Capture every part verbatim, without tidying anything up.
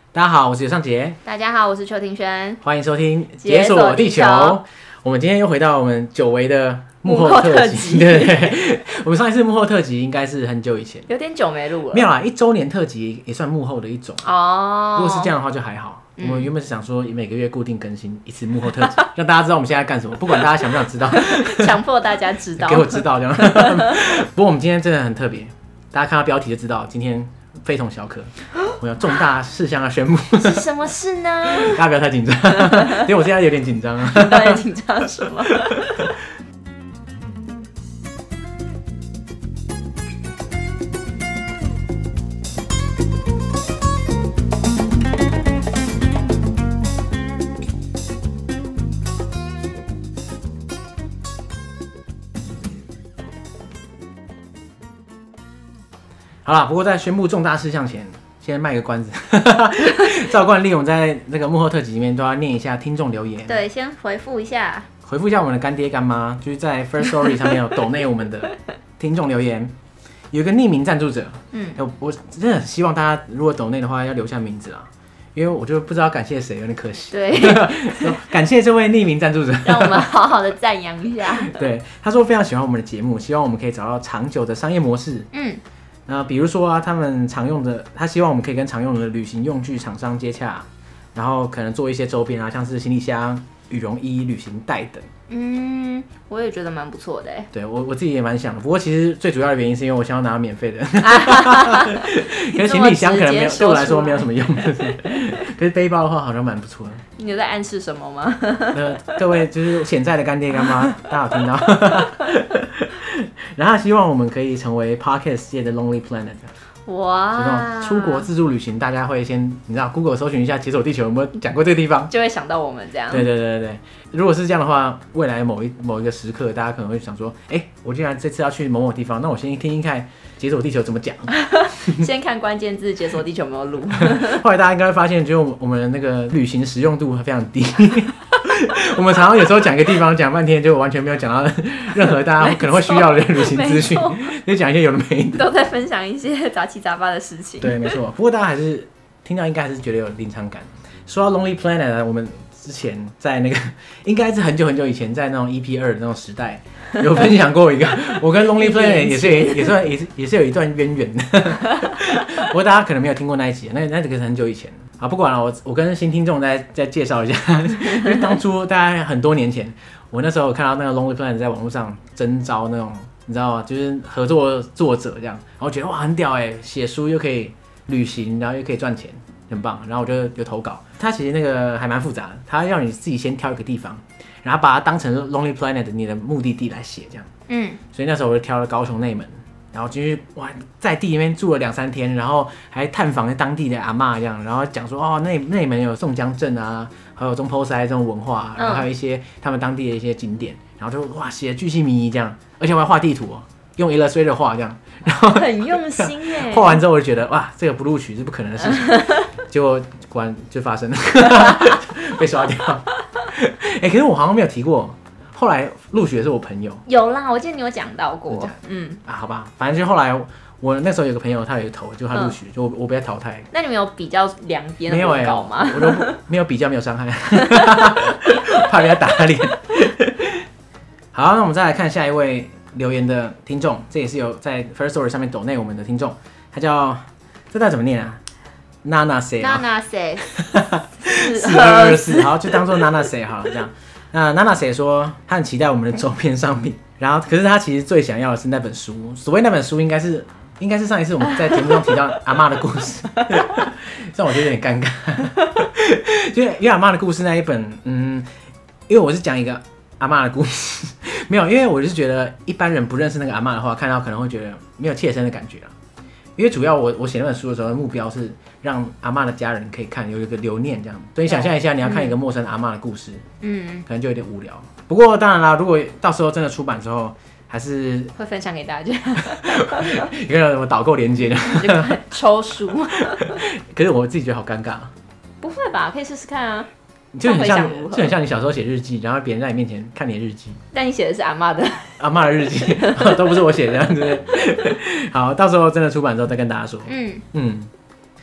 大家好，我是尤尚杰。 大家好，我是邱庭轩。 欢迎收听《解锁地球》。我们今天又回到我们久违的幕后特辑。对对对，我们上一次幕后特辑应该是很久以前， 有点久没录了。 没有啦，一周年特辑也算幕后的一种哦。如果是这样的话就还好。嗯、我们原本是想说每个月固定更新一次幕后特辑，让大家知道我们现在干什么，不管大家想不想知道， 强迫大家知道， 给我知道这样。不过我们今天真的很特别，大家看到标题就知道，今天非同小可，我有重大事项要宣布。 是什么事呢？ 大家不要太紧张，因为我现在有点紧张啊。 到底紧张什么？ 好啦，不过在宣布重大事项前，先卖个关子。照惯例，我们在那个幕后特辑里面都要念一下听众留言。 对，先回复一下， 回复一下我们的干爹干妈，就是在 First Story 上面有抖内我们的听众留言。有一个匿名赞助者，嗯，我真的很希望大家如果抖内的话要留下名字啊，因为我就不知道感谢谁，有点可惜。 对， 感谢这位匿名赞助者， 让我们好好的赞扬一下。 对，他说非常喜欢我们的节目，希望我们可以找到长久的商业模式。嗯。那比如说啊，他们常用的，他希望我们可以跟常用的旅行用具厂商接洽，然后可能做一些周边啊，像是行李箱、羽绒衣、旅行袋等。 嗯，我也觉得蛮不错的。 对我我自己也蛮想的，不过其实最主要的原因是因为我想要拿到免费的。可是行李箱可能没有，对我来说没有什么用。可是背包的话好像蛮不错的。 你有在暗示什么吗？ 那各位就是潜在的干爹干妈，大家有听到？然后他希望我们可以成为 Podcast 界的 Lonely Planet。哇！出国自助旅行，大家会先你知道 Google 搜寻一下解锁地球有没有讲过这个地方， 就会想到我们这样。 对对对对，如果是这样的话，未来某一某一个时刻，大家可能会想说，哎、欸，我既然这次要去某某地方，那我先听听看解锁地球怎么讲。 先看关键字解锁地球有没有录。 后来大家应该会发现，就我们那个旅行实用度非常低。我们常常有时候讲一个地方讲半天，就完全没有讲到任何大家可能会需要的旅行资讯，就讲一些有的没的， 都在分享一些杂七杂八的事情。 对，没错。不过大家还是听到，应该还是觉得有临场感。说到 Lonely Planet， 我们之前在那个应该是很久很久以前，在那种 E P 二的那种时代，有分享过一个，我跟 Lonely Planet 也是也是也是也是有一段渊源的。不过大家可能没有听过那一集，那那这个是很久以前。啊，不管了，我我跟新听众再再介绍一下，因为当初大概很多年前，我那时候有看到那个 Lonely Planet 在网络上征招那种，你知道吗？就是合作作者这样，然后觉得哇很屌哎，写书又可以旅行，然后又可以赚钱，很棒。然后我就有投稿，他其实那个还蛮复杂的，他要你自己先挑一个地方，然后把它当成 Lonely Planet 你的目的地来写这样。嗯，所以那时候我就挑了高雄内门。然后进去哇，在地里面住了两三天，然后还探访当地的阿嬷这样，然后讲说哦，那内门有宋江镇啊，还有中坡塞这种文化，然后还有一些他们当地的一些景点，然后就哇写巨细靡遗这样，而且我还画地图哦，用 Illustrator 画这样，然后很用心耶。 画完之后我就觉得哇，这个不录取是不可能的事情，结果果然就发生了，被刷掉。哎、欸，可是我好像没有提过。后来录取的是我朋友， 有啦，我记得你有讲到过， 嗯啊，好吧，反正就后来我那时候有个朋友，他有一个投，就他录取，嗯、就 我, 我被他淘汰。 那你们有比较两边的文稿吗？ 没有、欸、我都没有比较，没有伤害，怕被他打脸。好，那我们再来看下一位留言的听众，这也是有在 First Story 上面抖内我们的听众，他叫这道怎么念啊？娜娜 say， 娜娜 say， 四二二四，好，就当做娜娜 say 好了，这样。那娜娜谁说她很期待我们的周边商品，然后可是她其实最想要的是那本书。所谓那本书，应该是应该是上一次我们在节目中提到阿嬷的故事，这样我觉得有点尴尬。就因为阿嬷的故事那一本，嗯，因为我是讲一个阿嬷的故事，没有，因为我是觉得一般人不认识那个阿嬷的话，看到可能会觉得没有切身的感觉啦。因为主要我我写那本书的时候，目标是让阿嬷的家人可以看，有一个留念这样。所以你想象一下，你要看一个陌生的阿嬷的故事，嗯，可能就有点无聊。不过当然啦，如果到时候真的出版之后，还是会分享给大家。 有个什么导购连结的， 抽书。 可是我自己觉得好尴尬。 不会吧？可以试试看啊。 就很像，就很像你小时候写日记，然后别人在你面前看你的日记， 但你写的是阿嬷的阿嬷的日记，都不是我写的，这样子。好，到时候真的出版之后再跟大家说。嗯嗯。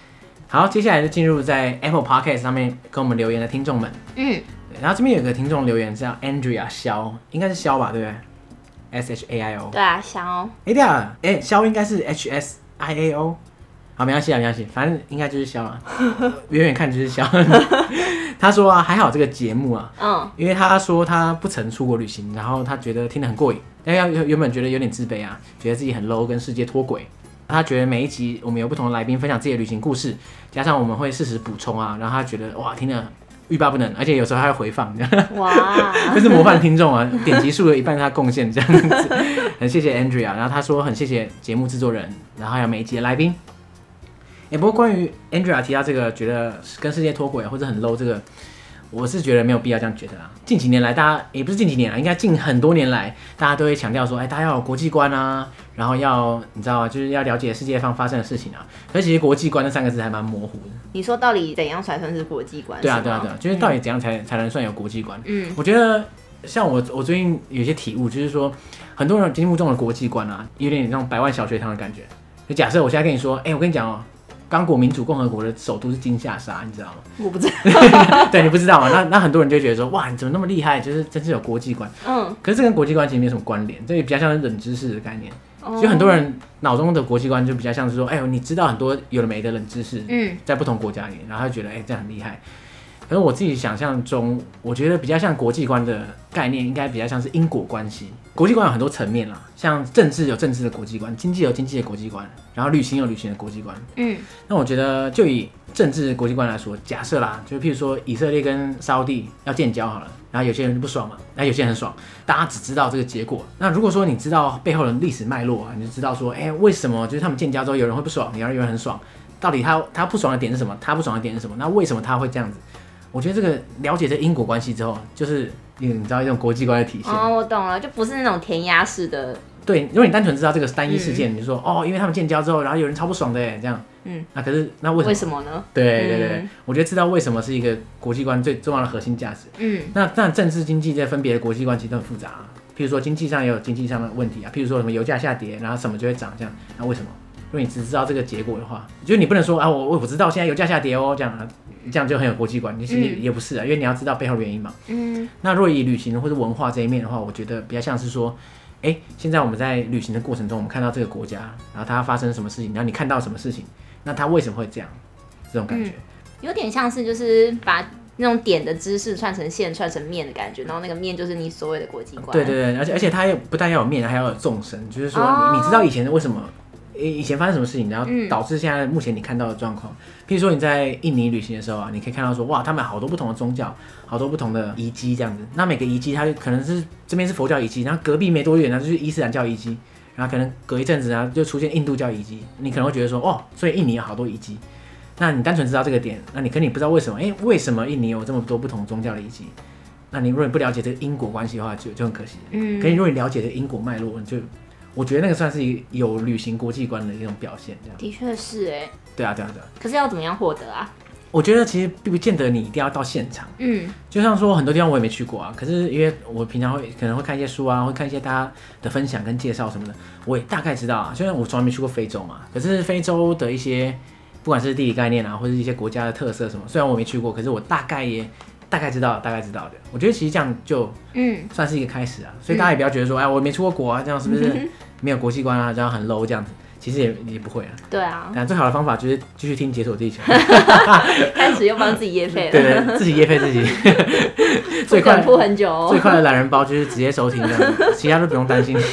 好，接下来就进入在 Apple Podcast 上面跟我们留言的听众们。 嗯， 然后这边有个听众留言叫 Andrea 肖，应该是肖吧，对不对 ？S H A I O。 对啊，肖。 哎，对啊，哎，肖应该是 H S I A O。好，没关系啊，没关系，反正应该就是肖了，远远看就是肖。他说啊，还好这个节目啊，嗯，因为他说他不曾出国旅行，然后他觉得听得很过瘾，但要原本觉得有点自卑啊，觉得自己很 low， 跟世界脱轨。他觉得每一集我们有不同的来宾分享自己的旅行故事，加上我们会适时补充啊，然后他觉得哇，听得欲罢不能，而且有时候还会回放，哇，这是模范听众啊，点击数的一半是他贡献这样子，很谢谢 Andrea， 然后他说很谢谢节目制作人，然后还有每一集的来宾。欸、不过关于 Andrea 提到这个，觉得跟世界脱轨或者很 low 这个，我是觉得没有必要这样觉得啦。近几年来，大家也不是近几年啦，应该近很多年来，大家都会强调说，哎、欸，大家要有国际观啊，然后要你知道啊，就是要了解世界上发生的事情啊。可是其实国际观这三个字还蛮模糊的。 你说到底怎样才算是国际观？ 对啊，对啊，对啊，就是到底怎样才、嗯、才能算有国际观？嗯，我觉得像我我最近有些体悟，就是说很多人心目中的国际观啊，有点那种百万小学堂的感觉。就假设我现在跟你说，哎、欸，我跟你讲哦、喔。刚果民主共和国的首都是金夏沙，你知道吗？ 我不知道。 对，你不知道吗？那那很多人就觉得说，哇，你怎么那么厉害？就是真是有国际观。嗯。可是这跟国际观其实没有什么关联，这也比较像是冷知识的概念。所以很多人脑中的国际观就比较像是说，哎、欸，你知道很多有的没的冷知识，嗯，在不同国家里，然后他就觉得，哎、欸，这样很厉害。可是我自己想象中，我觉得比较像国际观的概念，应该比较像是因果关系。国际观有很多层面啦，像政治有政治的国际观，经济有经济的国际观，然后旅行有旅行的国际观。嗯，那我觉得就以政治国际观来说，假设啦，就譬如说以色列跟沙烏地要建交好了，然后有些人就不爽嘛，那有些人很爽，大家只知道这个结果。那如果说你知道背后的历史脉络啊，你就知道说，哎、欸，为什么就是他们建交之后有人会不爽，有人很爽，到底他他不爽的点是什么？他不爽的点是什么？那为什么他会这样子？我觉得这个了解这因果关系之后，就是你知道一种国际观的体现。 哦，我懂了，就不是那种填鸭式的。 对，如果你单纯知道这个单一事件，嗯、你就说哦，因为他们建交之后，然后有人超不爽的哎，这样。嗯。那可是那为什么？ 为什么呢？ 对对对、嗯、我觉得知道为什么是一个国际观最重要的核心价值。嗯。那那政治经济这分别的国际观其实都很复杂、啊，譬如说经济上也有经济上的问题啊，譬如说什么油价下跌，然后什么就会涨这样，那为什么？如果你只知道这个结果的话，就是你不能说啊，我我知道现在油价下跌哦，这样啊，这样就很有国际观，其实也、嗯、也不是啊，因为你要知道背后的原因嘛。嗯。那如果以旅行或者文化这一面的话，我觉得比较像是说，哎、欸，现在我们在旅行的过程中，我们看到这个国家，然后它发生什么事情，然后你看到什么事情，那它为什么会这样？这种感觉、嗯、 有点像是就是把那种点的知识串成线、串成面的感觉，然后那个面就是你所谓的国际观。对对对，而且而且它不但要有面，还要有纵深，就是说你、哦、你知道以前为什么？以前发生什么事情，然后导致现在目前你看到的状况、嗯。譬如说你在印尼旅行的时候啊，你可以看到说，哇，他们好多不同的宗教，好多不同的遗迹这样子。那每个遗迹它可能是这边是佛教遗迹，然后隔壁没多远呢就是伊斯兰教遗迹，然后可能隔一阵子啊就出现印度教遗迹。你可能会觉得说，哦，所以印尼有好多遗迹。那你单纯知道这个点，那你可能你不知道为什么，哎、欸，为什么印尼有这么多不同宗教的遗迹？那你如果你不了解这个因果关系的话，就就很可惜。嗯。可是如果你了解这个因果脉络，你就我觉得那个算是有旅行国际观的一种表现，这样。 的确是哎、欸。 对啊，对啊，对啊。 可是要怎么样获得啊？ 我觉得其实并不见得你一定要到现场。嗯。就像说很多地方我也没去过啊，可是因为我平常会可能会看一些书啊，会看一些大家的分享跟介绍什么的，我也大概知道啊。虽然我从来没去过非洲嘛，可是非洲的一些不管是地理概念啊，或者一些国家的特色什么，虽然我没去过，可是我大概也。大概知道，大概知道的。我觉得其实这样就，嗯，算是一个开始啊。所以大家也不要觉得说，哎、嗯，我没出过国啊，这样是不是没有国际观啊？这样很 low 这样子。其实也也不会啊。 对啊。 但最好的方法就是继续听解锁地球。 开始又帮自己业配了。 对对，自己业配自己。 最快铺很久、哦。 最快的懒人包就是直接收听这样子，其他都不用担心。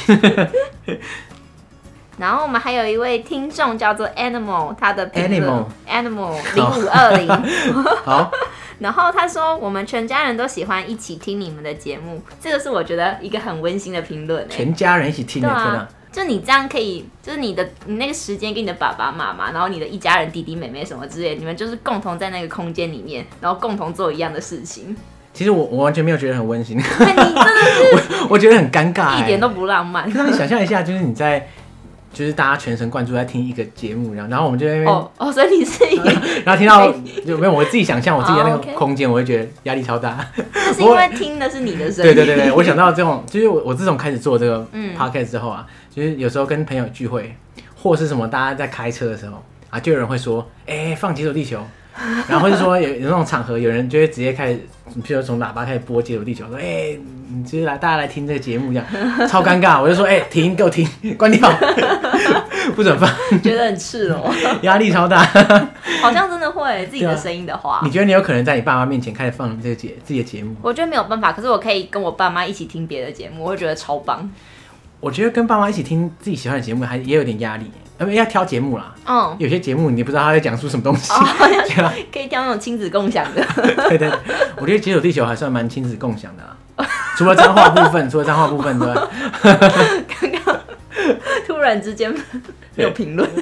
然后我们还有一位听众叫做 Animal， 他的评论 Animal Animal 零五二零。 好。 然后他说，我们全家人都喜欢一起听你们的节目，这个是我觉得一个很温馨的评论。 全家人一起听，对啊，就你这样可以，就是你的你那个时间跟你的爸爸妈妈，然后你的一家人弟弟妹妹什么之类的，你们就是共同在那个空间里面，然后共同做一样的事情。 其实我我完全没有觉得很温馨，你真的是我我觉得很尴尬、欸， 一点都不浪漫。 可是你想象一下，就是你在。就是大家全神贯注在听一个节目，然后然后我们就在那边哦哦，所以你是一个， 然后听到就没有我自己想象我自己的那个空间， oh, okay. 我会觉得压力超大。 是因为听的是你的声音。 对对对对，我想到这种，就是我我自从开始做这个 podcast 之后啊，嗯、就是有时候跟朋友聚会，或是什么大家在开车的时候， 啊，就有人会说，哎、欸，放《解锁地球》，然后或者说有有那种场合，有人就会直接开始，比如说从喇叭开始播《解锁地球》，说，哎、欸，你直接来，大家来听这个节目，这样超尴尬。我就说，哎、欸，停，给我停，关掉，不准放， 觉得很赤裸， 压力超大。 好像真的会自己的声音的话， 你觉得你有可能在你爸妈面前开始放这个节自己的节目？ 我觉得没有办法，可是我可以跟我爸妈一起听别的节目，我会觉得超棒。 我觉得跟爸妈一起听自己喜欢的节目，还也有点压力，因为要挑节目啦。嗯，有些节目你不知道他在讲述什么东西，哦、 可以挑那种亲子共享的。 对对，我觉得《解锁地球》还算蛮亲子共享的啦，除了脏话部分，除了脏话部分之外。 刚刚突然之间没有评论。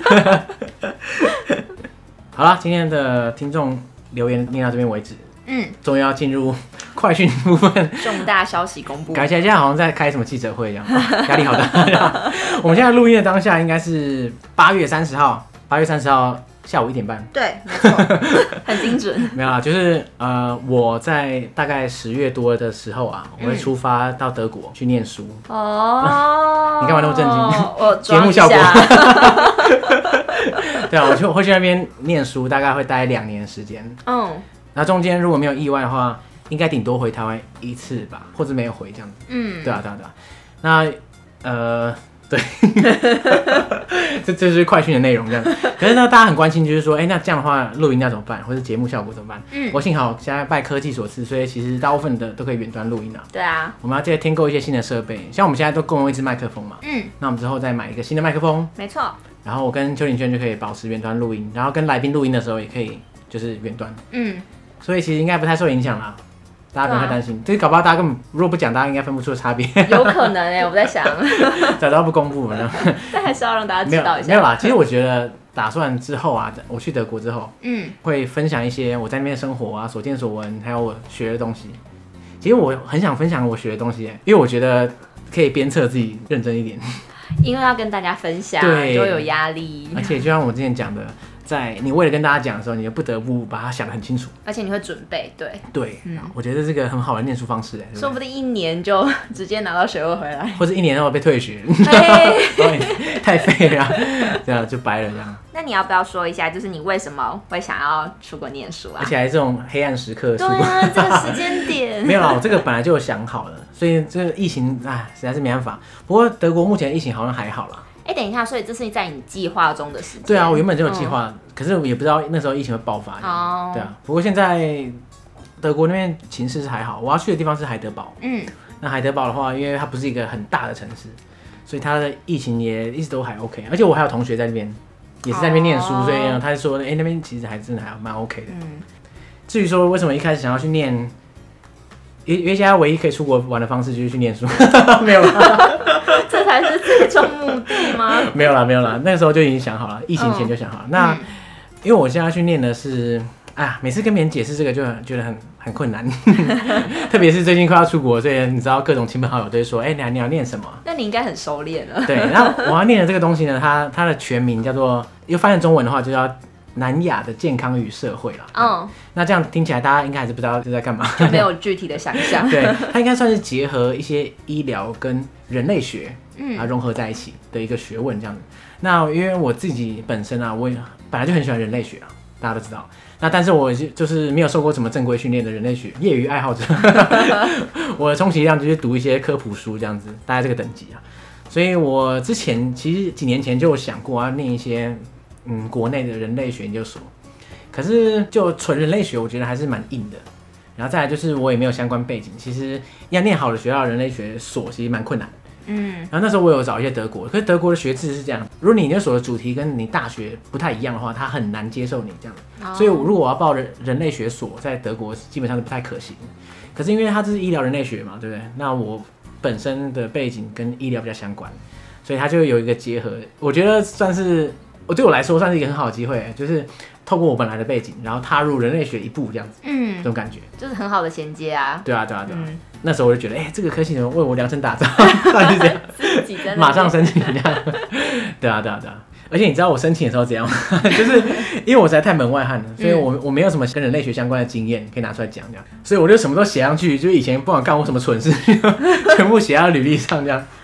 好了，今天的听众留言念到这边为止。嗯，终于要进入快讯部分， 重大消息公布。 感觉现在好像在开什么记者会一样，压力好大。我们现在录音的当下应该是八月三十号，八月三十号下午一点半。 对，没错，很精准。 没有啦，就是呃，我在大概十月多的时候啊，我会出发到德国去念书。哦，你干嘛那么震惊？ 我节目效果。对啊，我就会去那边念书，大概会待两年的时间。嗯。那中间如果没有意外的话，应该顶多回台湾一次吧，或者没有回这样子。嗯，对啊，对啊，对啊。那呃，对，这这就是快讯的内容这样。可是呢，大家很关心，就是说，哎、欸，那这样的话，录音要怎么办，或者节目效果怎么办？嗯，我幸好现在拜科技所赐，所以其实大部分的都可以远端录音啊。 对啊， 我们要再添购一些新的设备，像我们现在都共用一支麦克风嘛。嗯，那我们之后再买一个新的麦克风。 没错。 然后我跟邱林轩就可以保持远端录音，然后跟来宾录音的时候也可以就是远端。嗯。所以其实应该不太受影响啦，大家不用太担心。这、啊、搞不好大家根本如果不讲，大家应该分不出差别。 有可能哎、欸，我在想， 早知道不公布了。 但还是要让大家知道一下。 没有啦，其实我觉得打算之后啊，我去德国之后，嗯，会分享一些我在那边生活啊、所见所闻，还有我学的东西。其实我很想分享我学的东西、欸，因为我觉得可以鞭策自己认真一点。 因为要跟大家分享，对，就会有压力。 而且就像我之前讲的。在你为了跟大家讲的时候，你就不得不把它想得很清楚， 而且你会准备，对对，嗯，我觉得这是个很好的念书方式，哎， 说不定一年就直接拿到学位回来， 或者一年后被退学，太废了，这样就白了这样。 那你要不要说一下，就是你为什么会想要出国念书啊？ 而且还是这种黑暗时刻， 对啊，这个时间点没有啦，我这个本来就有想好了，所以这个疫情哎，实在是没办法。不过德国目前疫情好像还好啦。 哎、欸，等一下，所以这是在你计划中的时间？ 对啊，我原本就有计划、嗯，可是也不知道那时候疫情会爆发。哦，对啊。不过现在德国那边情势是还好，我要去的地方是海德堡。嗯，那海德堡的话，因为它不是一个很大的城市，所以它的疫情也一直都还 OK。而且我还有同学在那边，也是在那边念书，哦、所以呢，他就说，哎、欸，那边其实还真的还蛮 OK 的。嗯。至于说为什么一开始想要去念，因为现在唯一可以出国玩的方式就是去念书，没有啦。 这才是最终目的吗？ 没有啦，没有啦，那个时候就已经想好了，疫情前就想好了。嗯、那、嗯、因为我现在去念的是，啊，每次跟别人解释这个就很觉得很很困难，特别是最近快要出国，所以你知道各种亲朋好友都会说，哎、欸，你要念什么？ 那你应该很熟练了。 对，然后我要念的这个东西呢，它它的全名叫做，又翻成中文的话就叫南亚的健康与社会啦。嗯，那这样听起来大家应该还是不知道这在干嘛， 就没有具体的想象。 对，它应该算是结合一些医疗跟人类学。嗯，啊，融合在一起的一个学问这样子。那因为我自己本身啊，我也本来就很喜欢人类学啊，大家都知道。那但是我就是没有受过什么正规训练的人类学业余爱好者，我的充其量就是读一些科普书这样子，大概这个等级啊。所以我之前其实几年前就有想过要念一些嗯国内的人类学研究所，可是就纯人类学，我觉得还是蛮硬的。然后再来就是我也没有相关背景，其实要念好的学校人类学所其实蛮困难的。嗯，然后那时候我有找一些德国，可是德国的学制是这样，如果你研究所的主题跟你大学不太一样的话，他很难接受你这样。哦、所以如果我要报人人类学所，在德国基本上是不太可行。可是因为它这是医疗人类学嘛，对不对？那我本身的背景跟医疗比较相关，所以它就有一个结合。我觉得算是，我对我来说算是一个很好的机会，就是透过我本来的背景，然后踏入人类学一步这样子。嗯，这种感觉就是很好的衔接啊。 对啊，对啊，对啊。嗯，那时候我就觉得，哎、欸，这个科系怎么为我量身打造？是这样，马上申请这样。对啊，对啊，对啊。而且你知道我申请的时候怎样吗？就是因为我实在太门外汉了，所以我我没有什么跟人类学相关的经验可以拿出来讲，这样，所以我就什么都写上去，就以前不管干过什么蠢事，全部写到履历上这样。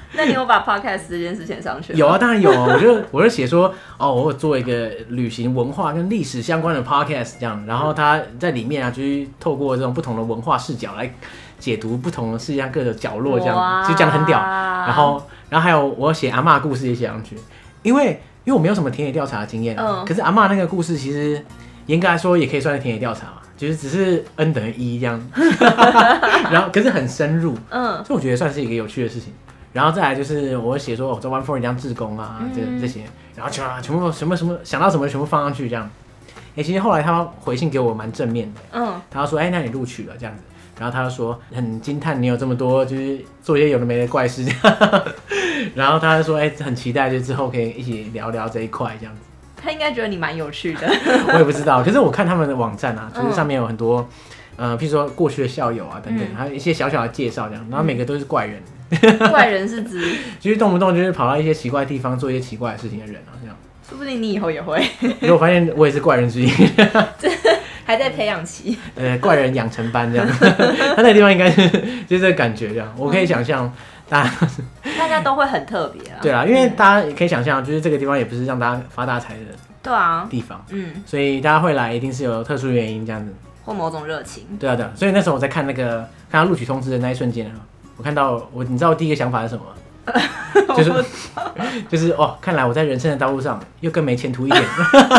那你有把 podcast 这件事情上去吗？ 有啊，当然有啊。我就我就写说，哦，我有做一个旅行文化跟历史相关的 podcast 这样，然后他在里面啊，就是透过这种不同的文化视角来解读不同的世界上各个角落这样，其实讲得很屌。然后，然后还有我写阿嬷的故事也写上去，因为因为我没有什么田野调查的经验、啊，嗯、可是阿嬷那个故事其实严格来说也可以算是田野调查嘛。就是只是 n 等于一这样，然后可是很深入，嗯，所以我觉得算是一个有趣的事情。然后再来就是我写说我在 One For 当志工啊，嗯、这这些，然后全全部什么什么想到什么全部放上去这样。哎、欸，其实后来他回信给我蛮正面的，嗯，他说哎、欸、那你录取了这样子，然后他就说很惊叹你有这么多就是做一些有的没的怪事，然后他就说哎、欸、很期待就之后可以一起聊聊这一块这样子。 他应该觉得你蛮有趣的， 我也不知道。可是我看他们的网站啊，就是上面有很多，嗯、呃，譬如说过去的校友啊等等，嗯、还有一些小小的介绍这样，然后每个都是怪人。 怪人是指， 就是动不动就是跑到一些奇怪的地方做一些奇怪的事情的人啊，这样。 说不定你以后也会。 因为我发现我也是怪人之一， 还在培养期。 呃，怪人养成班这样，他那个地方应该是就是这个感觉这样，我可以想象。大家大家都会很特别啊， 对啦，因为大家也可以想象，就是这个地方也不是让大家发大财的， 对啊， 地方，嗯，所以大家会来一定是有特殊原因这样子， 或某种热情， 对啊对啊，所以那时候我在看那个看到录取通知的那一瞬间，我看到我，你知道我第一个想法是什么吗？就是就是哦，看来我在人生的道路上又更没前途一点，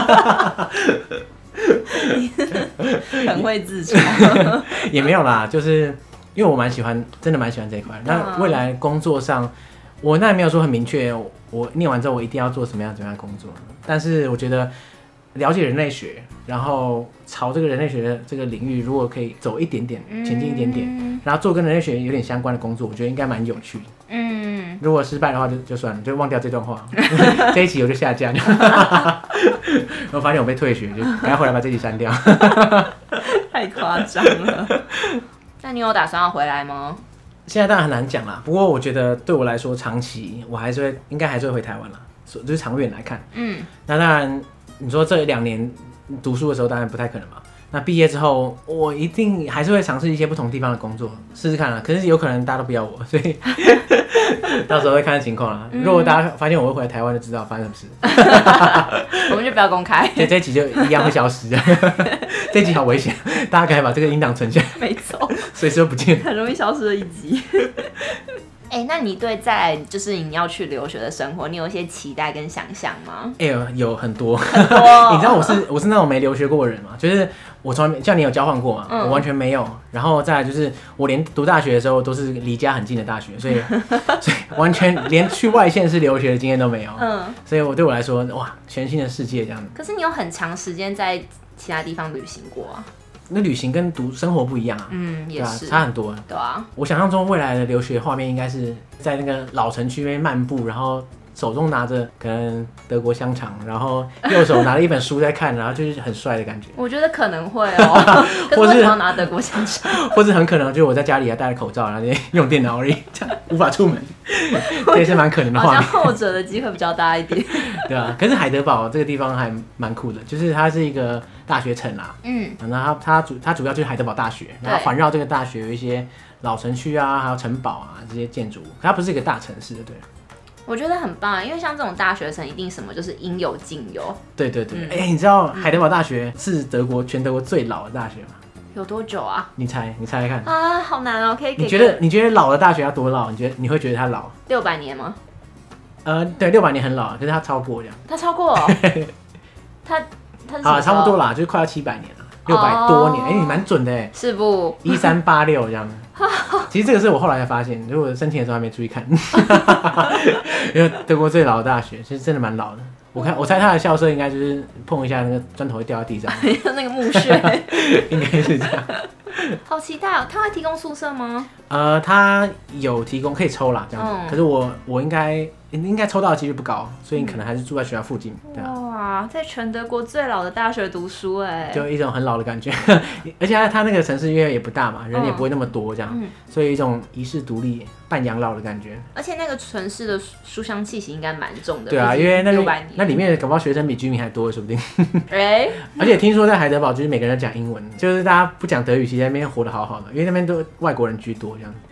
很会自嘲， 也没有啦，就是。因为我蛮喜欢，真的蛮喜欢这一块。那未来工作上，我那也没有说很明确，我念完之后我一定要做什么样怎么样的工作。但是我觉得了解人类学，然后朝这个人类学的这个领域，如果可以走一点点，前进一点点，嗯、然后做跟人类学有点相关的工作，我觉得应该蛮有趣的。嗯，如果失败的话就就算了，就忘掉这段话，这一集我就下架。我发现我被退学，就赶快回来把这集删掉。 太夸张了。那你有打算要回来吗？ 现在当然很难讲啦，不过我觉得对我来说，长期我还是会，应该还是会回台湾啦，就是长远来看。嗯，那当然，你说这两年读书的时候，当然不太可能嘛。那毕业之后，我一定还是会尝试一些不同地方的工作，试试看啦。可是有可能大家都不要我，所以到时候会看情况啦。嗯、如果大家发现我会回来台湾，就知道发生什么事。 我们就不要公开， 这这一集就一样会消失。这一集好危险，大家赶紧把这个音档存下。 没错， 随时都不见， 很容易消失的一集。哎、欸，那你对在就是你要去留学的生活，你有一些期待跟想象吗？ 哎、欸，有很多， 很多。 你知道我是我是那种没留学过的人嘛，就是我从来没像你有交换过嘛，嗯、我完全没有。然后再来就是我连读大学的时候都是离家很近的大学，所以所以完全连去外县市留学的经验都没有。嗯，所以我对我来说，哇，全新的世界这样子。 可是你有很长时间在其他地方旅行过啊？ 那旅行跟读生活不一样啊， 嗯，也是， 对啊，差很多。 对啊， 我想象中未来的留学画面应该是在那个老城区那边漫步，然后手中拿着可能德国香肠，然后右手拿了一本书在看，然后就是很帅的感觉。 我觉得可能会哦，或是为什么要拿德国香肠？ 或是很可能就是我在家里还戴着口罩，然后用电脑而已，这样无法出门，这也是蛮可能的画面。 好像后者的机会比较大一点。 对啊，可是海德堡这个地方还蛮酷的，就是它是一个大学城啦，嗯，然后它它主它主要就是海德堡大学，然后环绕这个大学有一些老城区啊，还有城堡啊这些建筑物，可它不是一个大城市的，对。 我觉得很棒，因为像这种大学城一定什么就是应有尽有。 对对对，哎、嗯欸，你知道海德堡大学是德国全德国最老的大学吗？ 有多久啊？ 你猜，你猜猜看啊，好难哦，可以给。 你觉得你觉得老的大学要多老？你觉得你会觉得它老？ 六百年吗？ 呃，对，六百年很老，可是它超过这样。 它超过、哦？它它是啊，差不多啦，就是快要七百年了，六百多年。哎、哦欸，你蛮准的哎， 是不？ 一三八六这样。其实这个是我后来才发现，如果申请的时候还没注意看，因为德国最老的大学其实真的蛮老的。我看我猜他的校舍应该就是碰一下那个砖头会掉在地上， 那个墓穴， 应该是这样。 好期待哦！他会提供宿舍吗？ 呃，他有提供可以抽啦，这样子。嗯、可是我我应该应该抽到的几率不高，所以你可能还是住在学校附近。对啊、 哇，在全德国最老的大学读书哎， 就一种很老的感觉。而且他那个城市因为也不大嘛，人也不会那么多这样，嗯、所以一种遗世独立、半养老的感觉。 而且那个城市的书香气息应该蛮重的。 对啊，因为那那里面搞不好学生比居民还多，说不定。哎、欸，而且听说在海德堡就是每个人讲英文，就是大家不讲德语，其实在那边活得好好的，因为那边都外国人居多这样。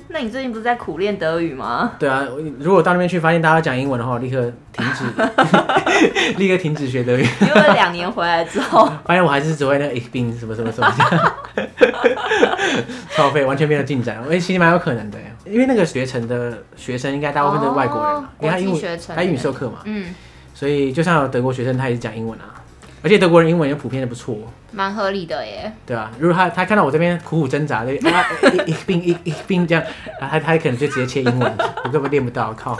那你最近不是在苦练德语吗？ 对啊，如果到那边去发现大家讲英文的话，我立刻停止，立刻停止学德语。 因为两年回来之后， 发现我还是只会那个 ich bin 什么什么什么这样，超废，完全没有进展。我其实蛮有可能的，因为那个学程的学生应该大部分都是外国人嘛，因为他英文他英语授课嘛，嗯，所以就像有德国学生他也是讲英文啊。而且德国人英文也普遍的不错， 蛮合理的耶。 对啊，如果他他看到我这边苦苦挣扎，对啊，一病一一病这样，他他可能就直接切英文，我根本练不到，靠！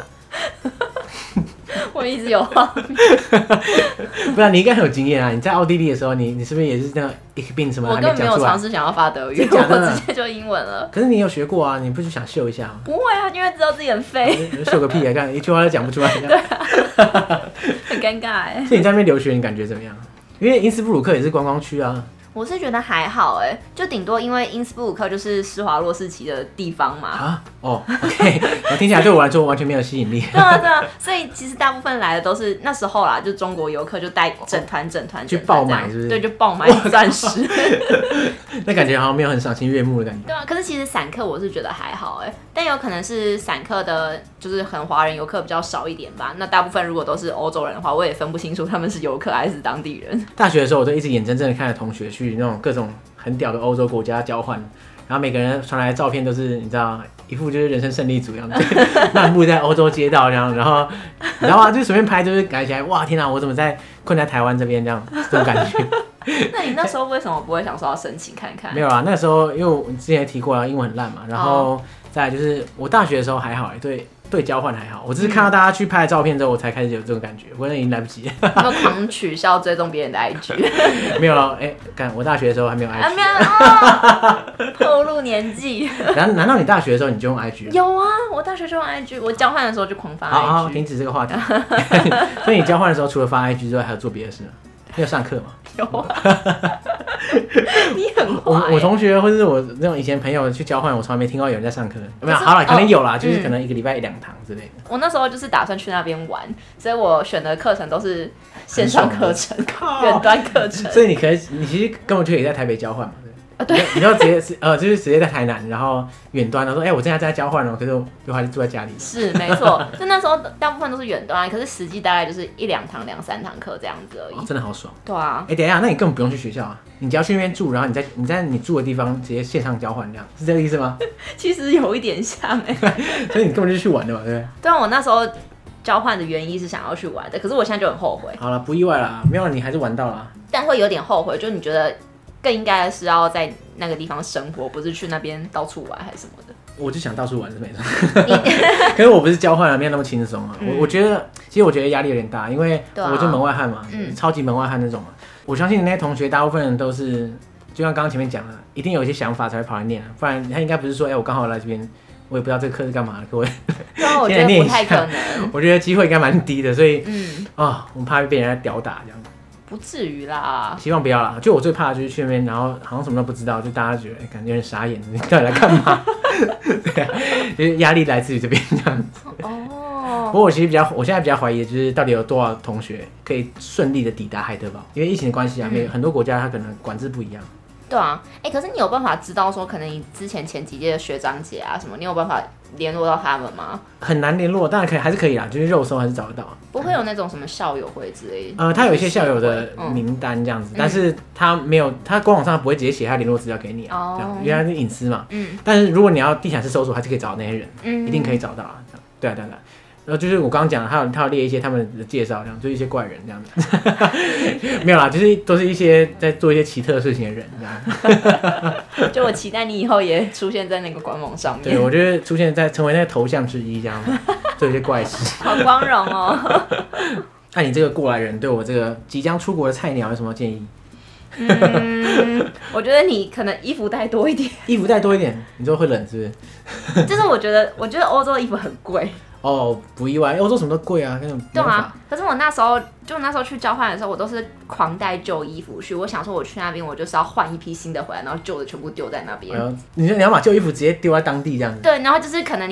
我一直有画面。 不然你应该很有经验啊！你在奥地利的时候，你你是不是也是那个一病什么还没讲出来？ 我根本没有尝试想要发德语，我直接就英文了。 可是你有学过啊，你不是想秀一下吗？ 不会啊，因为知道自己很废。 秀个屁啊！看一句话都讲不出来， 对啊，很尴尬哎。 所以你在那边留学，你感觉怎么样？因为因斯布鲁克也是观光区啊。 我是觉得还好哎，就顶多因为因斯布鲁克就是施华洛世奇的地方嘛。 啊，哦 ，OK， 我听起来对我来说完全没有吸引力。 对啊，对啊，所以其实大部分来的都是那时候啦，就中国游客就带整团整团去爆买，是不是？ 对，就爆买钻石。 那感觉好像没有很赏心悦目的感觉。 对啊，可是其实散客我是觉得还好哎，但有可能是散客的，就是可能华人游客比较少一点吧。那大部分如果都是欧洲人的话，我也分不清楚他们是游客还是当地人。 大学的时候，我都一直眼睁睁的看着同学去那种各种很屌的欧洲国家交换，然后每个人传来的照片都是你知道一副就是人生胜利组样子，漫步在欧洲街道这样，然后你知道吗？就随便拍就是感觉起来哇天哪，我怎么在困在台湾这边这样这种感觉。 那你那时候为什么不会想说要申请看看？ 没有啊，那个时候因为我之前也提过啊，英文很烂嘛，然后再来就是我大学的时候还好，对对交换还好，我只是看到大家去拍照片之后，我才开始有这种感觉，我那已经来不及了。 有没有狂取消追踪别人的 I G？ 没有了，哎，干我大学的时候还没有 I G， 啊没有，透露年纪。 难难道你大学的时候你就用 I G？ 有啊，我大学就用 I G， 我交换的时候就狂发 I G。 好好，停止这个话题。所以你交换的时候除了发 I G 之外，还有做别的事吗？你有上课吗？ 有啊。你很坏、欸。 我我同学或者是我那种以前朋友去交换，我从来没听到有人在上课。没有，好了，可能有啦，哦、就是可能一个礼拜一两堂之类的、嗯。 我那时候就是打算去那边玩，所以我选的课程都是线上课程、远端课程。 所以你可以，你其实根本就可以在台北交换嘛。 啊，对， 你就直接呃，就是直接在台南，然后远端，然后说，哎、欸，我现在在交换了，可是我还是住在家里。 是没错，就那时候大部分都是远端，可是实际大概就是一两堂、两三堂课这样子而已、 哦。真的好爽。 对啊。 哎、欸，等一下，那你根本不用去学校啊，你只要去那边住，然后你在你在你住的地方直接线上交换，这样是这个意思吗？ 其实有一点像哎、 欸，所以你根本就是去玩的嘛，对不对？ 对啊，我那时候交换的原因是想要去玩的，可是我现在就很后悔。 好了，不意外啦，没有你还是玩到了， 但会有点后悔，就你觉得更应该是要在那个地方生活，不是去那边到处玩还是什么的。 我就想到处玩是没错，可是我不是交换啊，没有那么轻松啊。嗯、我我觉得，其实我觉得压力有点大，因为我就门外汉嘛，嗯、超级门外汉那种嘛。我相信那些同学大部分人都是，就像刚刚前面讲的，一定有一些想法才会跑来念啊，不然他应该不是说，哎、欸，我刚好来这边，我也不知道这个课是干嘛的，各位。 对啊，我觉得不太可能。 我觉得机会应该蛮低的，所以，嗯，啊、哦，我怕被人家屌打这样。 不至于啦， 希望不要啦。就我最怕的就是去那边，然后好像什么都不知道，就大家觉得哎，感觉有点傻眼，你到底来干嘛？对啊，就是压力来自于这边这样子。哦。不过我其实比较，我现在比较怀疑的就是到底有多少同学可以顺利的抵达海德堡，因为疫情的关系啊，嗯、很多国家它可能管制不一样。 对啊，哎、欸，可是你有办法知道说，可能你之前前几届的学长姐啊什么，你有办法联络到他们吗？ 很难联络，当然可以，还是可以啦，就是肉搜还是找得到。 不会有那种什么校友会之类的？ 呃，他有一些校友的名单这样子，嗯、但是他没有，他官网上不会直接写他联络资料给你啊，哦、这样，因为他是隐私嘛。嗯。但是如果你要地毯式搜索，还是可以找到那些人，嗯，一定可以找到啊。对啊，对啊。然后就是我刚刚讲的，他有他有列一些他们的介绍，这样就是一些怪人这样子，没有啦，就是都是一些在做一些奇特事情的人这样。就我期待你以后也出现在那个官网上面。 对，我觉得出现在成为那个头像之一这样，做一些怪事。 好光荣哦。 那你这个过来人对我这个即将出国的菜鸟有什么建议？ 嗯，我觉得你可能衣服带多一点。 衣服带多一点，你之后会冷是不是？就是我觉得，我觉得欧洲的衣服很贵。 哦，不意外，欧洲什么都贵啊，根本对啊。可是我那时候，就那时候去交换的时候，我都是狂带旧衣服去。我想说，我去那边，我就是要换一批新的回来，然后旧的全部丢在那边。 哎、你说你要把旧衣服直接丢在当地这样子？ 对，然后就是可能你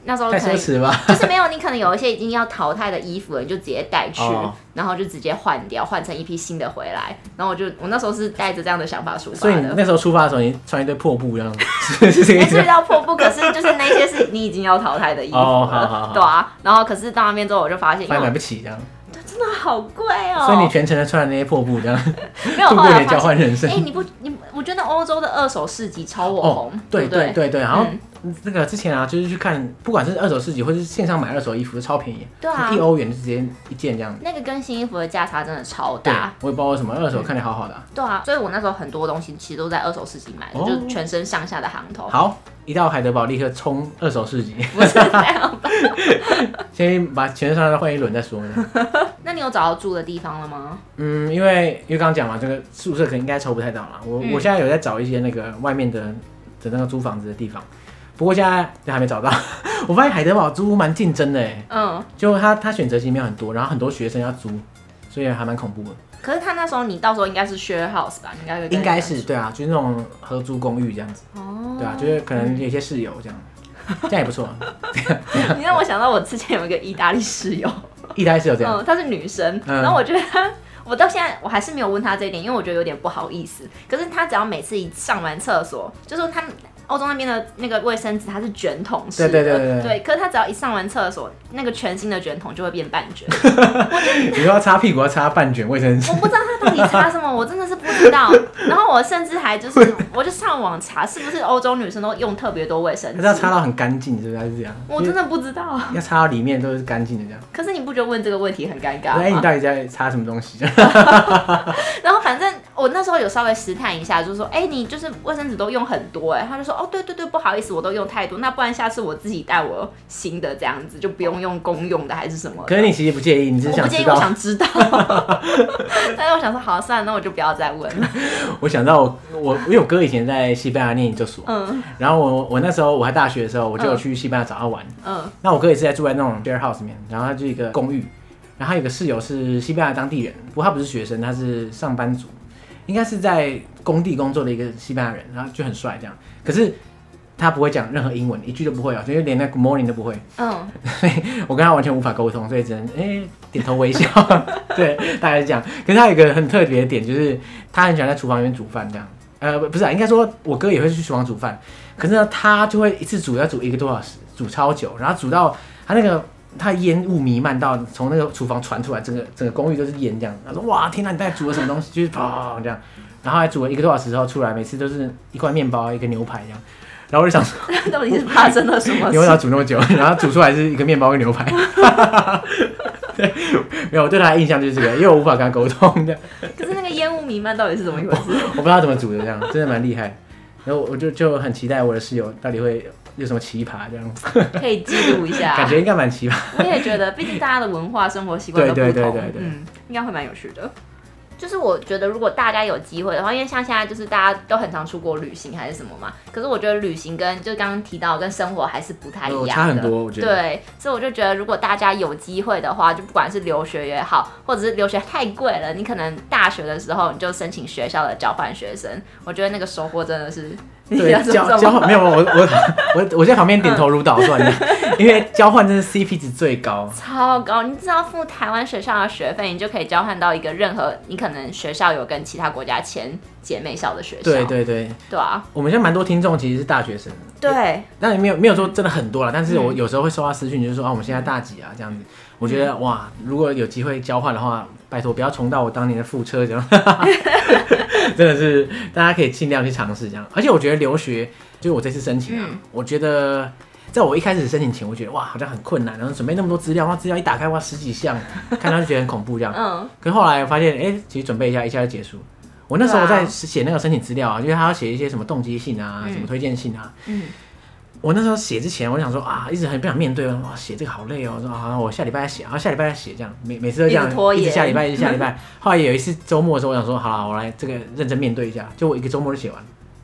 那时候太可能奢侈了吧？ 就是没有，你可能有一些已经要淘汰的衣服了，你就直接带去， 哦然后就直接换掉，换成一批新的回来。然后我就我那时候是带着这样的想法出发所以你的。 那时候出发的时候，你穿一堆破布这样，是是这个意思没注意到破布，可是就是那些是你已经要淘汰的衣服了， 哦好好好对啊。然后可是到那边之后，我就发现，因反正买为我不起这样， 真的好贵哦、 所以你全程的穿的那些破布这样， 没有度后来发过你的交换现， 人生哎、。你不你我觉得欧洲的二手市集超我红， 哦，对不对对对对，然后嗯那个之前啊，就是去看，不管是二手市集或是线上买二手衣服，都超便宜， 对啊一欧元就直接一件这样。 那个跟新衣服的价差真的超对大。， 我也不知道为什么二手看起来好好的啊。 对啊，所以我那时候很多东西其实都在二手市集买的， 哦就全身上下的行头。 好，一到海德堡立刻冲二手市集， 不是这样吧？ 先把全身上下都换一轮再说。 那你有找到住的地方了吗？ 嗯，因为因为刚刚讲嘛，这个宿舍可能应该抽不太到了。我、 嗯我现在有在找一些那个外面的的那个租房子的地方，不过现在还没找到。我发现海德堡租屋蛮竞争的哎， 嗯， 就他他选择其实没有很多，然后很多学生要租，所以还蛮恐怖的。 可是他那时候你到时候应该是 share house 吧？应该会跟应该人家是对啊，就是那种合租公寓这样子， 哦， 对啊，就是可能有一些室友这样，这样也不错。 你让我想到我之前有一个意大利室友， 意大利室友这样， 嗯，她是女生， 嗯然后我觉得她。我到现在我还是没有问她这一点，因为我觉得有点不好意思。可是她只要每次一上完厕所，就说她欧洲那边的那个卫生纸它是卷筒式的， 对对对对对可是她只要一上完厕所，那个全新的卷筒就会变半卷。 你说要擦屁股要擦半卷卫生纸我，不知道他到底擦什么，我真的是不知道。然后我甚至还就是，我就上网查，是不是欧洲女生都用特别多卫生纸？ 可是要擦到很干净，是不是？还是这样？ 我真的不知道。 要擦到里面都是干净的这样。 可是你不觉得问这个问题很尴尬哎，你吗？ 到底在擦什么东西？ 然后反正我那时候有稍微试探一下，就是说，哎、你就是卫生纸都用很多、哎，他就说，哦，对对对，不好意思，我都用太多，那不然下次我自己带我新的这样子，就不用用公用的还是什么的。 可是你其实不介意，你只是我不介意， 想知道。 我想知道。但是我想说，好，算了，那我就不要再问了。 我想到我我因为我哥以前在西班牙念研究所， 嗯然后我我那时候我还大学的时候，我就有去西班牙找他玩。 嗯那我哥也是在住在那种 share house 里面，然后他就一个公寓，然后他有个室友是西班牙当地人，不过他不是学生，他是上班族，应该是在工地工作的一个西班牙人，然后就很帅这样。可是他不会讲任何英文，一句都不会哦，就是连那 good morning 都不会， 嗯， 所以我跟他完全无法沟通，所以只能哎、欸、点头微笑，对，大概是这样。可是他有一个很特别的点，就是他很喜欢在厨房里面煮饭这样。呃，不是啊，应该说我哥也会去厨房煮饭，可是呢，他就会一次煮要煮一个多小时，煮超久，然后煮到他那个他烟雾弥漫到从那个厨房传出来，整个整个公寓都是烟这样。他说哇，天哪，你到底煮了什么东西？就是砰这样，然后还煮了一个多小时之后出来，每次都是一块面包一个牛排这样。然后我就想说， 到底是发生了什么你为什么事？ 要煮那么久？然后煮出来是一个面包跟牛排。对，没有，我对他的印象就是这个，因为我无法跟他沟通的， 可是那个烟雾弥漫到底是怎么一回事？ 我不知道他怎么煮的，这样真的蛮厉害。然后我就就很期待我的室友到底会有什么奇葩这样， 可以记录一下。 感觉应该蛮奇葩。 我也觉得，毕竟大家的文化、生活习惯都不同， 对对对对对嗯，应该会蛮有趣的。就是我觉得，如果大家有机会的话，因为像现在就是大家都很常出国旅行还是什么嘛，可是我觉得旅行跟就刚刚提到跟生活还是不太一样的， 哦差很多我觉得对，所以我就觉得，如果大家有机会的话，就不管是留学也好，或者是留学太贵了，你可能大学的时候你就申请学校的交换学生，我觉得那个收获真的是。 对，交交换没有我我我我在旁边点头如捣蒜的，因为交换真是 C P 值最高， 超高。你只要付台湾学校的学费，你就可以交换到一个任何你可能学校有跟其他国家签姐妹校的学校。 对对对， 对啊， 我们现在蛮多听众其实是大学生， 对， 当然没有没有说真的很多啦，但是我有时候会收到私讯，就是说啊我们现在大几啊这样子，我觉得哇，如果有机会交换的话，拜托不要重蹈我当年的覆辙这样。真的是大家可以尽量去尝试这样，而且我觉得留学就是我这次申请啊， 嗯、 我觉得在我一开始申请前，我觉得哇好像很困难，然后准备那么多资料，哇资料一打开哇十几项，看到就觉得很恐怖这样。嗯。可是后来我发现，哎、欸，其实准备一下一下就结束。我那时候在写那个申请资料啊，就是他要写一些什么动机信啊，嗯、什么推荐信啊。嗯。我那时候写之前，我就想说啊，一直很不想面对，哇，写这个好累哦。我说啊，我下礼拜再写，然后下礼拜再写，这样每每次都这样，一直下礼拜，一直下礼拜。后来有一次周末的时候，我想说，好啦，我来这个认真面对一下，就我一个周末就写完，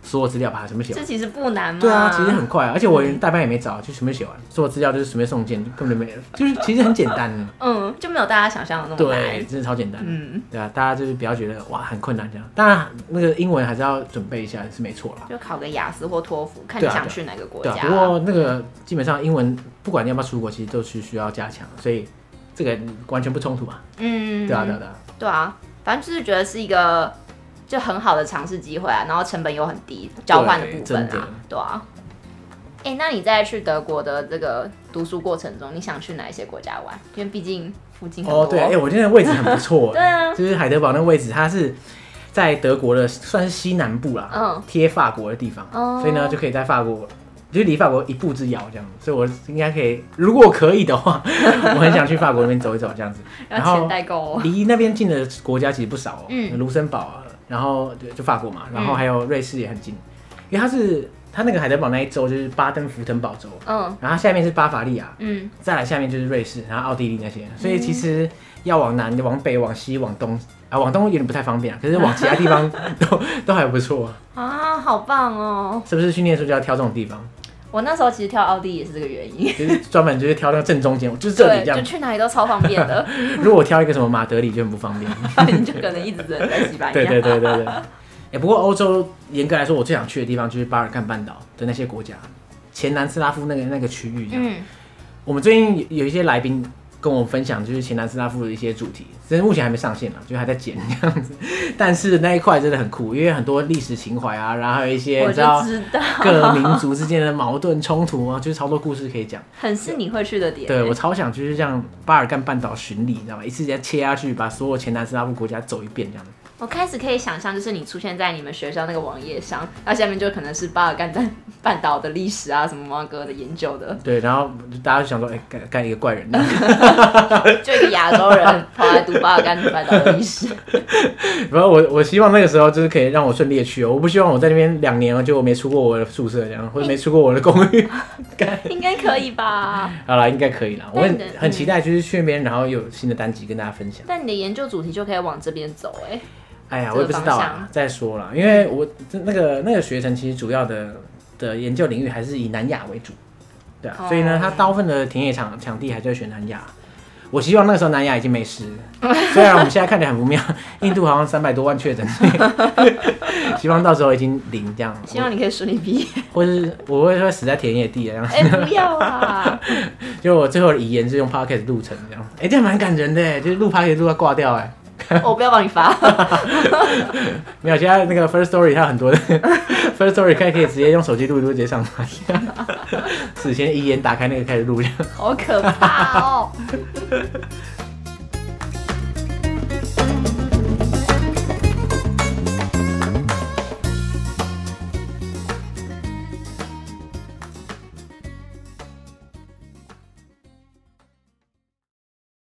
所有资料把它全部写完。 这其实不难嘛。 对啊，其实很快、啊，而且我连大班也没找，就全部写完，所有资料就是随便送件，根本就没了，就是其实很简单。 嗯，就没有大家想象的那么难。 对，真的超简单。 嗯， 对啊，大家就是不要觉得哇很困难这样。当然，那个英文还是要准备一下，是没错啦。 就考个雅思或托福，看你想去哪个国家。 对啊，不过那个基本上英文不管你要不要出国，其实都是需要加强，所以这个完全不冲突嘛。嗯，对啊，对啊，对啊。 对啊，反正就是觉得是一个就很好的尝试机会啊，然后成本又很低，交换的部分啊，对啊。哎、欸，那你在去德国的这个读书过程中，你想去哪一些国家玩？因为毕竟附近很多。 哦，对，哎、欸，我觉得位置很不错。 对啊， 就是海德堡那个位置，它是在德国的算是西南部啦，嗯，贴法国的地方，哦、所以呢就可以在法国，就是离法国一步之遥这样子。所以我应该可以，如果可以的话，我很想去法国那边走一走这样子。 然后钱代购哦。 离那边近的国家其实不少哦，嗯，卢森堡啊，然后就法国嘛，然后还有瑞士也很近，因为它是。它那个海德堡那一州就是巴登符腾堡州，嗯，然后它下面是巴伐利亚，嗯，再来下面就是瑞士，然后奥地利那些，所以其实要往南、往北、往西、往东啊，往东有点不太方便啊，可是往其他地方都都还不错啊，好棒哦！ 是不是去念书就要挑这种地方？ 我那时候其实挑奥地利也是这个原因， 就是专门就是挑那个正中间，就是这里这样， 就去哪里都超方便的。 如果我挑一个什么马德里就很不方便， 你就可能一直人在西班牙。 对对对对对。哎、欸，不过欧洲严格来说，我最想去的地方就是巴尔干半岛的那些国家，前南斯拉夫那个那个区域。嗯，我们最近有一些来宾跟我分享，就是前南斯拉夫的一些主题，但是目前还没上线啦，就还在剪这样子。但是那一块真的很酷，因为很多历史情怀啊，然后还有一些你知道各民族之间的矛盾冲突啊，就是超多故事可以讲， 很是你会去的点。 对，我超想就是这样巴尔干半岛巡礼，你知道吗？一次直接切下去，把所有前南斯拉夫国家走一遍这样子。 我开始可以想象，就是你出现在你们学校那个网页上，然后下面就可能是巴尔干半岛的历史啊，什么毛哥的研究的。 对，然后大家就想说，哎、欸，干一个怪人， 就一个亚洲人跑来读巴尔干半岛的历史。 然后我我希望那个时候就是可以让我顺利的去哦，我不希望我在那边两年就没出过我的宿舍这样，或者没出过我的公寓。 应该可以吧？ 好啦，应该可以啦。我很很期待，就是去那边，然后有新的单集跟大家分享。 但你的研究主题就可以往这边走、欸，哎。 哎呀，我也不知道啊，再说了，因为我那个那个学程其实主要的的研究领域还是以南亚为主，对啊，哦、所以呢，它大部分的田野场场地还是会选南亚。我希望那个时候南亚已经没事，虽然我们现在看起来很不妙，印度好像三百多万确诊，希望到时候已经零这样。 希望你可以顺利毕业， 或是我会说死在田野地这样。 哎、欸，不要啊！ 就我最后的遗言是用 podcast 录成这样，哎、欸，这样蛮感人的，就是录 podcast 录到挂掉哎。 我不要帮你发， 没有，现在那个 First Story 它有很多的 First Story 可以可以直接用手机录一录，直接上传。此前遗言打开那个开始录， 好可怕哦！